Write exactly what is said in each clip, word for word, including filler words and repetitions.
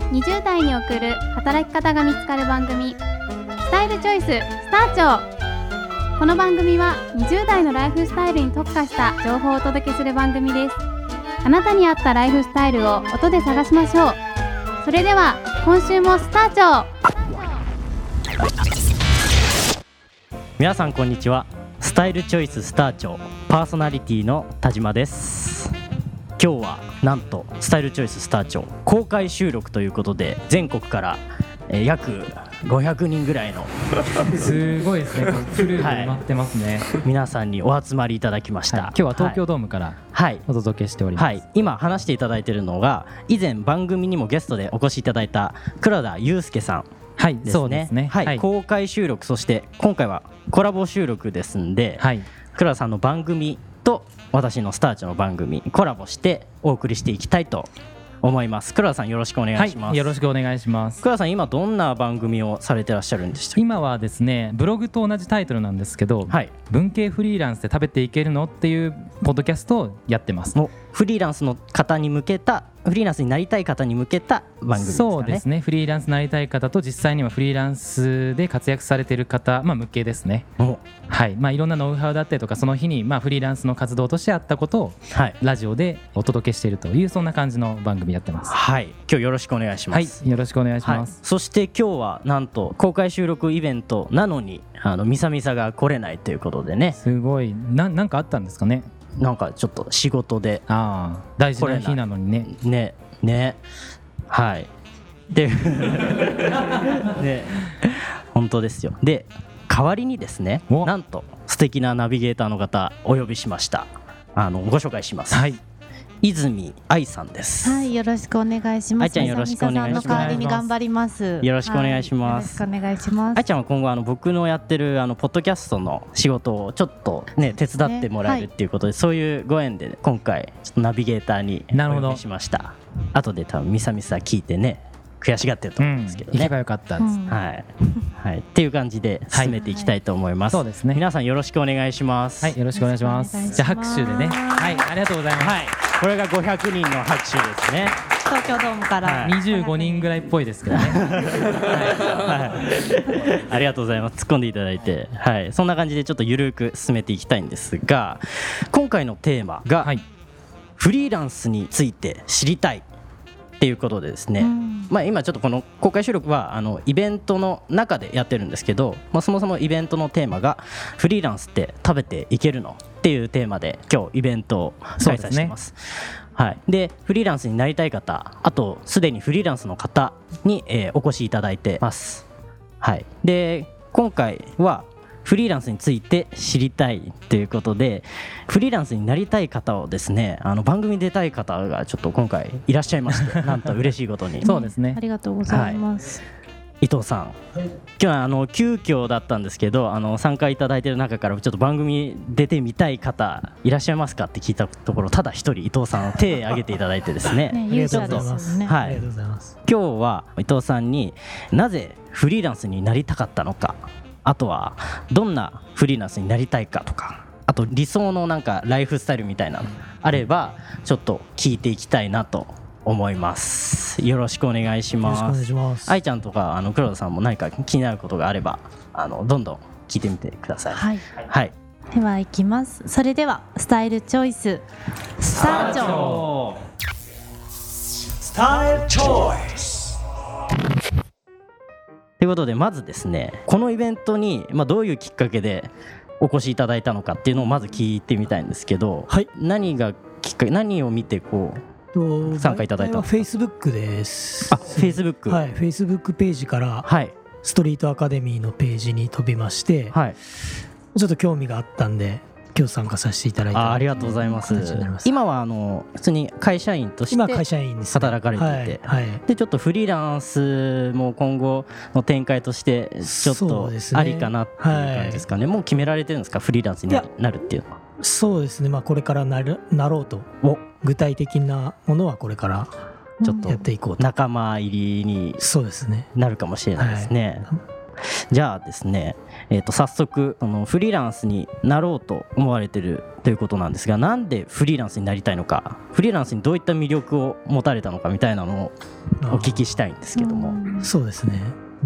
にじゅう代に送る働き方が見つかる番組、スタイルチョイススターチョー。この番組はにじゅう代のライフスタイルに特化した情報をお届けする番組です。あなたに合ったライフスタイルを音で探しましょう。それでは今週もスターチョー。 皆さんこんにちは。スタイルチョイススターチョーパーソナリティの田島です。今日はなんとスタイルチョイススターチョー公開収録ということで、全国から、えー、約ごひゃくにんぐらいのすごいですね。フルで埋まってますね、 はい、皆さんにお集まりいただきました、はい、 今日は東京ドームからお届けしております、 はいはい、今話していただいているのが、以前番組にもゲストでお越しいただいた黒田祐介さんですね。 はい、そうですね、 はいはい、公開収録、そして今回はコラボ収録ですんで、はい、黒田さんの番組と私のスターチョの番組コラボしてお送りしていきたいと思います。黒田さんよろしくお願いします、 はい、よろしくお願いします。 黒田さん今どんな番組をされてらっしゃるんでしたっけ？ 今はですね、ブログと同じタイトルなんですけど、はい、文系フリーランスで食べていけるのっていうポッドキャストをやってます。 フリーランスの方に向けた、フリーランスになりたい方に向けた番組ですかね。 そうですね、フリーランスになりたい方と実際にはフリーランスで活躍されている方、まあ、向けですね。はい、まあ、いろんなノウハウだったりとか、その日にまあフリーランスの活動としてあったことをラジオでお届けしているという、そんな感じの番組やってます。 はい、今日よろしくお願いします。 はい、よろしくお願いします、 はい、そして今日はなんと公開収録イベントなのに、あのミサミサが来れないということでね。 すごい、な、なんかあったんですかね。 なんかちょっと仕事で、 ああ、大事な日なのにねねねはいでね、本当ですよ。で代わりにですね、なんと素敵なナビゲーターの方お呼びしました。あのご紹介します、はい、泉愛さんです。 はい、よろしくお願いします。 愛ちゃんよろしくお願いします。 みささんの代わりに頑張ります。 よろしくお願いします、 はい、よろしくお願いします。 愛ちゃんは今後あの僕のやってるあのポッドキャストの仕事をちょっとね手伝ってもらえるっていうことで、そういうご縁で今回ちょっとナビゲーターにお呼びしました。後で多分ミサミサ聞いてね悔しがってると思うんですけどね、 うん、行けばよかったです、うん、 はい、はい、っていう感じで進めていきたいと思います、はい、そうですね。皆さんよろしくお願いします。 はい、よろしくお願いします。じゃあ拍手でね。はい、ありがとうございます、はい、 これがごひゃくにんの拍手ですね。 東京ドームから、はい、 にじゅうごにんぐらいっぽいですけどね、はいはい、ありがとうございます。突っ込んでいただいて、はい、そんな感じでちょっとゆるく進めていきたいんですが、今回のテーマが、はい、フリーランスについて知りたいっていうことでですね、うん、まあ、今ちょっとこの公開収録はあのイベントの中でやってるんですけど、まあ、そもそもイベントのテーマがフリーランスって食べていけるのっていうテーマで今日イベントを開催してます。はい、でフリーランスになりたい方、あとすでにフリーランスの方に、えー、お越しいただいてます。はい、で今回はフリーランスについて知りたいということで、フリーランスになりたい方をですね、あの番組に出たい方がちょっと今回いらっしゃいましてなんと嬉しいことにそうですね、 ありがとうございます、はい、 伊藤さん、今日はあの急遽だったんですけど、あの参加いただいている中からちょっと番組出てみたい方いらっしゃいますかって聞いたところ、ただ一人伊藤さん手を挙げていただいてですねね、勇者ですよね。 はい、今日は伊藤さんになぜフリーランスになりたかったのか、あとはどんなフリーランスになりたいかとか、あと理想のなんかライフスタイルみたいなのあればちょっと聞いていきたいなと思います。よろしくお願いします。 よろしくお願いします。 愛ちゃんとかあの黒田さんも何か気になることがあればあのどんどん聞いてみてください。 はい、 はい、 では行きます。それではスタイルチョイススターチョー。 スタイルチョイスということで、まずですね、このイベントに、まあ、どういうきっかけでお越しいただいたのかっていうのをまず聞いてみたいんですけど、はい、何がきっかけ、何を見てこう参加いただいたのか。 フェイスブックです。 あ、フェイスブック、 はい、フェイスブックページからストリートアカデミーのページに飛びまして、はい、ちょっと興味があったんで今日参加させていただいた。 あ, ありがとうございます。今はあの普通に会社員として働かれていて、はいはい、でちょっとフリーランスも今後の展開としてちょっとありかなっていう感じですかね。もう決められてるんですか、フリーランスに な, なるっていうのは。 そうですね、まあ、これからなるなろうと、具体的なものはこれからちょっとやっていこうと、 仲間入りになるかもしれないですね。 じゃあですね、えー、と早速そのフリーランスになろうと思われてるということなんですが、なんでフリーランスになりたいのか、フリーランスにどういった魅力を持たれたのかみたいなのをお聞きしたいんですけども。 そうですね、うん、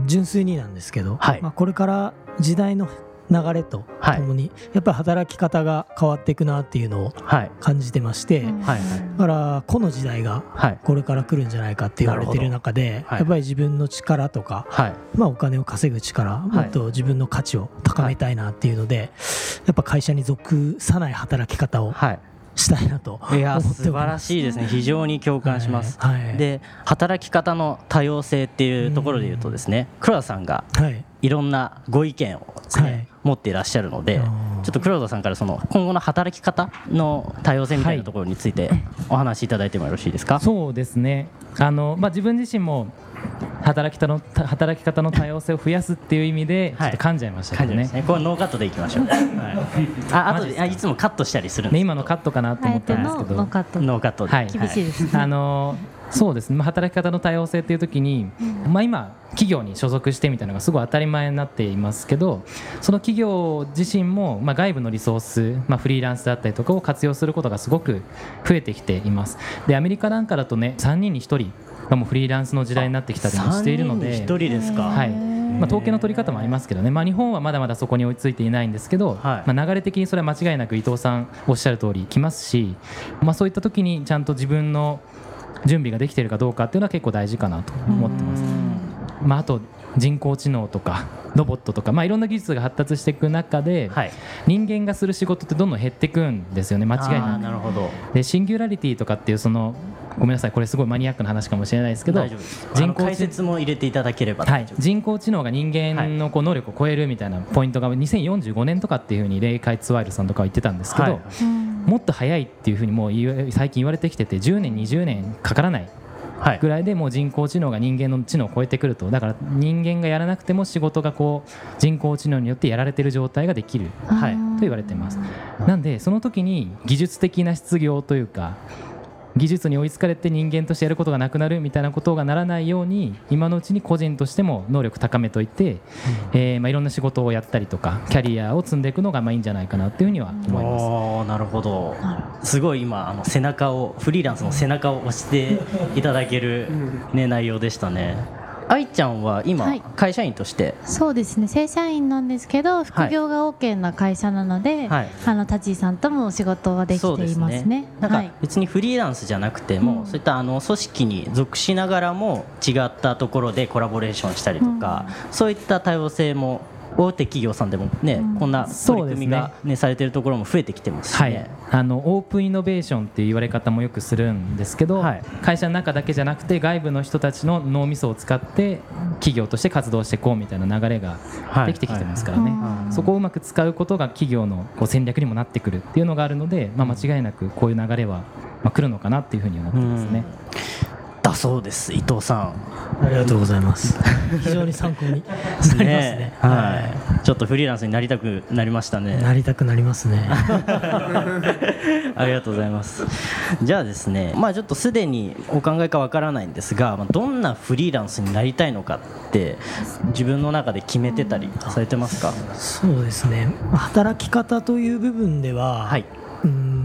純粋になんですけど、 はい、 まあ、これから時代の流れとともに、はい、やっぱり働き方が変わっていくなっていうのを感じてまして、はい、だからこの時代がこれから来るんじゃないかって言われてる中で、はい、やっぱり自分の力とか、はい、まあ、お金を稼ぐ力、もっと自分の価値を高めたいなっていうので、はい、やっぱ会社に属さない働き方を、はい、したいなと思っております。 いや素晴らしいですね。非常に共感します、はいはい、で働き方の多様性っていうところで言うとですね、黒田さんがいろんなご意見をですね、はい、持っていらっしゃるので、ちょっと黒田さんからその今後の働き方の多様性みたいなところについてお話しいただいてもよろしいですか。 はい、そうですね、あの、まあ、自分自身も働き方の働き方の多様性を増やすっていう意味でちょっと噛んじゃいましたけどね。はい、 ね、これノーカットでいきましょう。はい、ああとで、あ、いつもカットしたりするんです、ね、 今のカットかなと思ったんですけど、 ノーカット、 ノーカットで、 はい、 厳しいですね。 あのそうですね、まあ、働き方の多様性っていう時に、まあ、今企業に所属してみたいなのがすごい当たり前になっていますけど、その企業自身も、まあ、外部のリソース、まあ、フリーランスだったりとかを活用することがすごく増えてきています。でアメリカなんかだとね、さんにんにひとりがもうフリーランスの時代になってきたりもしているので、 さんにんにひとりですか。 はい、まあ、統計の取り方もありますけどね、まあ、日本はまだまだそこに追いついていないんですけど、はい、まあ、流れ的にそれは間違いなく伊藤さんおっしゃる通り来ますし、まあ、そういった時にちゃんと自分の準備ができているかどうかっていうのは結構大事かなと思ってます。まあ、あと人工知能とかロボットとか、まあ、いろんな技術が発達していく中で、はい、人間がする仕事ってどんどん減っていくんですよね、間違いなく。 あ、なるほど。 でシンギュラリティとかっていうその、ごめんなさい、これすごいマニアックな話かもしれないですけど、 人工解説も入れていただければ、 はい、人工知能が人間のこう能力を超えるみたいなポイントがにせんよんじゅうごねんとかっていうふうにレイ・カイツワイルさんとかは言ってたんですけど、はい、もっと早いっていうふうにもう最近言われてきてて、じゅうねんにじゅうねんかからないぐらいでもう人工知能が人間の知能を超えてくると。だから人間がやらなくても仕事がこう人工知能によってやられている状態ができる、はい、と言われています。なんでその時に技術的な失業というか、技術に追いつかれて人間としてやることがなくなるみたいなことがならないように、今のうちに個人としても能力高めといて、うん、えーまあ、いろんな仕事をやったりとかキャリアを積んでいくのがまあいいんじゃないかなというふうには思います。 おー、なるほど。すごい今あの背中をフリーランスの背中を押していただける、ね、内容でしたね。愛ちゃんは今、はい、会社員として。 そうですね、正社員なんですけど副業が OK な会社なので、はい、あのタジーさんとも仕事はできていますね。 なんか別にフリーランスじゃなくても、うん、そういったあの組織に属しながらも違ったところでコラボレーションしたりとか、うん、そういった多様性も大手企業さんでもね、うん、こんな取り組みが、ね、されているところも増えてきてますしね。はい、 あのオープンイノベーションっていう言われ方もよくするんですけど、はい、会社の中だけじゃなくて外部の人たちの脳みそを使って企業として活動していこうみたいな流れができてきてますからね、はいはい、そこをうまく使うことが企業のこう戦略にもなってくるっていうのがあるので、まあ、間違いなくこういう流れは、まあ、来るのかなっていうふうに思ってますね。 だそうです。伊藤さん、 ありがとうございます。非常に参考になりますね。ね、 はい、ちょっとフリーランスになりたくなりましたね。 なりたくなりますね。 ありがとうございます。じゃあですね、まあ、ちょっとすでにお考えかわからないんですが、まあ、どんなフリーランスになりたいのかって自分の中で決めてたりされてますか？ そうですね、働き方という部分では、はい、うん、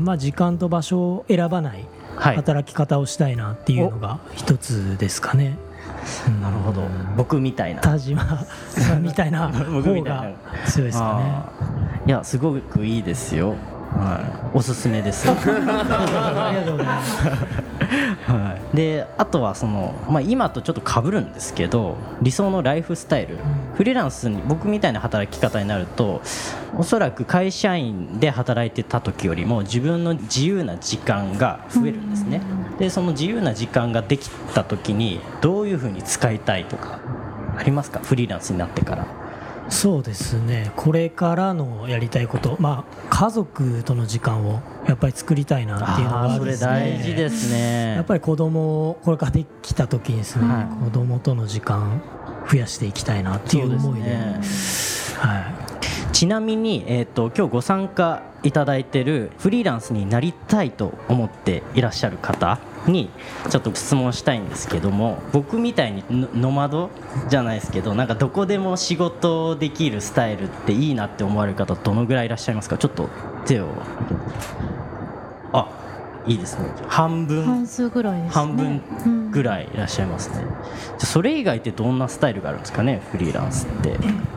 まあ、時間と場所を選ばない働き方をしたいなっていうのが一つですかね。 なるほど。僕みたいな田島さんみたいな方が強いですかね。 いや、すごくいいですよ。はい、おすすめです。ありがとうございます。 はい、であとはその、まあ、今とちょっと被るんですけど、理想のライフスタイル、うん、フリーランスに僕みたいな働き方になると、おそらく会社員で働いてた時よりも自分の自由な時間が増えるんですね。でその自由な時間ができた時にどういうふうに使いたいとかありますか？フリーランスになってから。 そうですね、これからのやりたいこと、まあ、家族との時間をやっぱり作りたいなっていうのがあるんですね。 それ大事ですね。 やっぱり子供をこれからできた時にですね、はい、子供との時間増やしていきたいなっていう思いで、ね、はい、 ちなみに、えーと、今日ご参加いただいているフリーランスになりたいと思っていらっしゃる方にちょっと質問したいんですけども、僕みたいにノマドじゃないですけど、なんかどこでも仕事できるスタイルっていいなって思われる方どのぐらいいらっしゃいますか？ちょっと手を。あ、いいですね。半分半数ぐらいですね。 半分ぐらいいらっしゃいますね。じゃそれ以外ってどんなスタイルがあるんですかね、フリーランスって。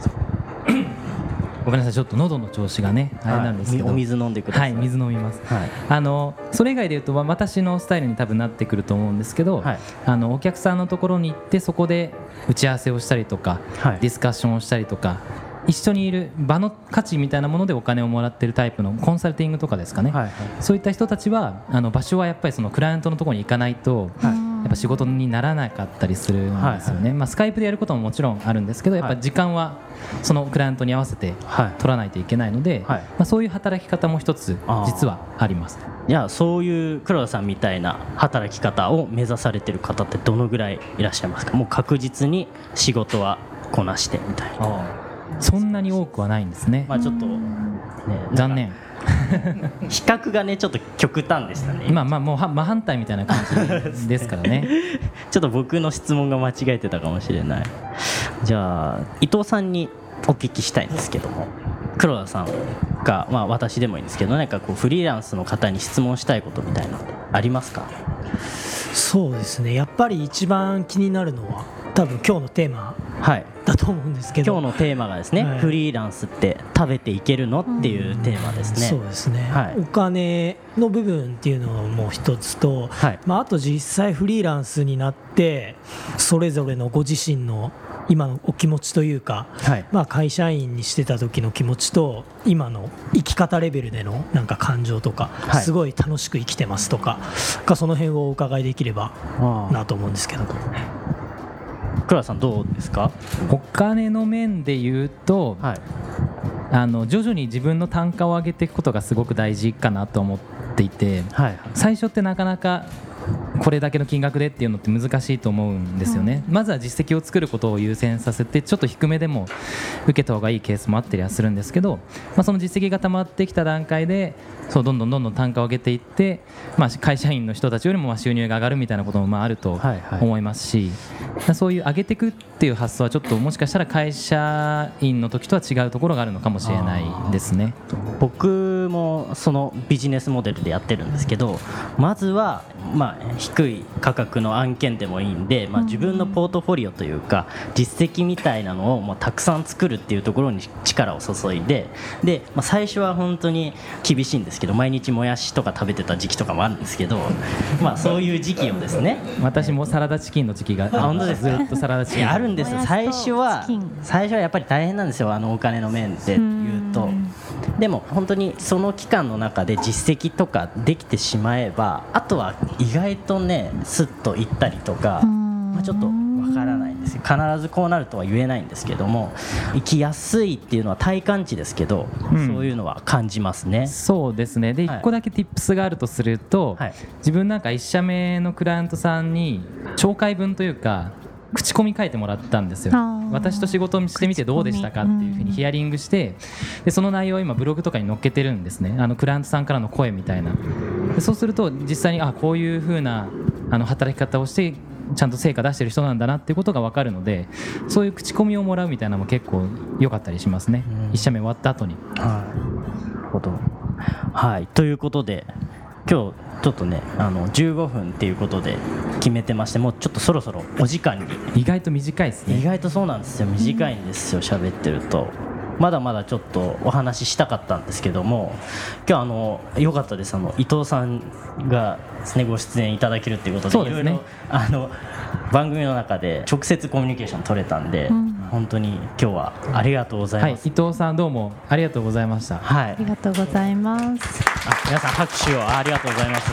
ごめんなさい、ちょっと喉の調子がねあれなんですけど、 はい、お水飲んでください。 はい、水飲みます、 はい、 あのそれ以外でいうと私のスタイルに多分なってくると思うんですけど、はい、あのお客さんのところに行ってそこで打ち合わせをしたりとか、はい、ディスカッションをしたりとか、一緒にいる場の価値みたいなものでお金をもらってるタイプのコンサルティングとかですかね、はいはい、そういった人たちはあの場所はやっぱりそのクライアントのところに行かないと、はい、やっぱ仕事にならなかったりするんですよね、はいはい、まあ、スカイプでやることももちろんあるんですけど、やっぱ時間はそのクライアントに合わせて取らないといけないので、はい、まあ、そういう働き方も一つ実はあります。 じゃあそういう黒田さんみたいな働き方を目指されてる方ってどのぐらいいらっしゃいますか？もう確実に仕事はこなしてみたいな。 そんなに多くはないんですね。 まあ、ちょっと、ね、 残念比較がねちょっと極端でしたね。 まあまあもう真反対みたいな感じですからねちょっと僕の質問が間違えてたかもしれない。じゃあ伊藤さんにお聞きしたいんですけども、黒田さんが、まあ、私でもいいんですけど、何かこうフリーランスの方に質問したいことみたいなのってありますか？ そうですね、やっぱり一番気になるのは多分今日のテーマだと思うんですけど、 はい、今日のテーマがですね、はい、フリーランスって食べていけるのっていうテーマですね。 そうですね、はい、お金の部分っていうのも一つと、はい、まあ、あと実際フリーランスになってそれぞれのご自身の今のお気持ちというか、はい、まあ、会社員にしてた時の気持ちと今の生き方レベルでのなんか感情とか、はい、すごい楽しく生きてますとか、その辺をお伺いできればなと思うんですけど。 黒田さんどうですか？ お金の面で言うと、はい、あの徐々に自分の単価を上げていくことがすごく大事かなと思っていて、はい、最初ってなかなかこれだけの金額でっていうのって難しいと思うんですよね、うん、まずは実績を作ることを優先させてちょっと低めでも受けた方がいいケースもあったりはするんですけど、まあ、その実績が溜まってきた段階でそうどんどんどんどん単価を上げていって、まあ、会社員の人たちよりもまあ収入が上がるみたいなこともまああると思いますし、はいはい、そういう上げていくっていう発想はちょっともしかしたら会社員の時とは違うところがあるのかもしれないですね。 僕もそのビジネスモデルでやってるんですけど、まずはまあ低い価格の案件でもいいんで、まあ、自分のポートフォリオというか実績みたいなのをもうたくさん作るっていうところに力を注いで、で、まあ、最初は本当に厳しいんですけど毎日もやしとか食べてた時期とかもあるんですけど、まあそういう時期をですね、 私もサラダチキンの時期が本当ですずっとサラダチキンあるんです。最初は最初はやっぱり大変なんですよ、あのお金の面で言うと。でも本当にその期間の中で実績とかできてしまえば、あとは意外とねスッといったりとか、まあ、ちょっとわからないんですよ。必ずこうなるとは言えないんですけども、生きやすいっていうのは体感値ですけど、うん、そういうのは感じますね。 そうですね。で、はい、いっこだけ Tips があるとすると、はい、自分なんかいっ社目のクライアントさんに紹介文というか口コミ書いてもらったんですよ。私と仕事をしてみてどうでしたかっていうふうにヒアリングして、でその内容を今ブログとかに載っけてるんですね。あのクライアントさんからの声みたいな。でそうすると実際にあこういうふうなあの働き方をしてちゃんと成果出してる人なんだなっていうことが分かるので、そういう口コミをもらうみたいなのも結構良かったりしますね、うん、いっ社目終わった後に。 はい、なるほど。はい、ということで今日ちょっとねあのじゅうごふんっていうことで決めてまして、もうちょっとそろそろお時間に。 意外と短いですね。 意外とそうなんですよ、短いんですよ喋ってると。まだまだちょっとお話ししたかったんですけども、今日あの良かったです。あの伊藤さんがですねご出演いただけるっていうことで、 そうですね、 いろいろあの番組の中で直接コミュニケーション取れたんで、うん、本当に今日はありがとうございます、 はい、伊藤さんどうもありがとうございました。 はい、 ありがとうございます。 あ皆さん拍手をありがとうございます。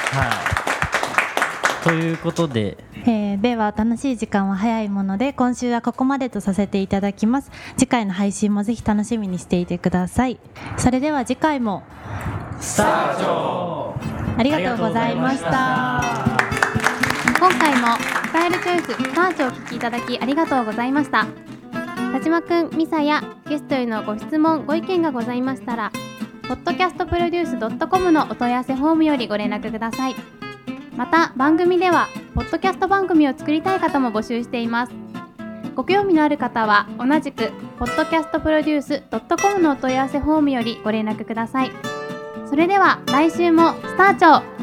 はいということで、 えー、では楽しい時間は早いもので今週はここまでとさせていただきます。次回の配信もぜひ楽しみにしていてください。それでは次回もスタートありがとうございました。 今回もスタイルチョイススターチをお聞きいただきありがとうございました。田島くん、ミサやゲストへのご質問ご意見がございましたらポッドキャストプロデュース ドットコム のお問い合わせフォームよりご連絡ください。 また番組ではポッドキャスト番組を作りたい方も募集しています。ご興味のある方は同じく ポッドキャストプロデュースドットコム のお問い合わせフォームよりご連絡ください。それでは来週もスターチョー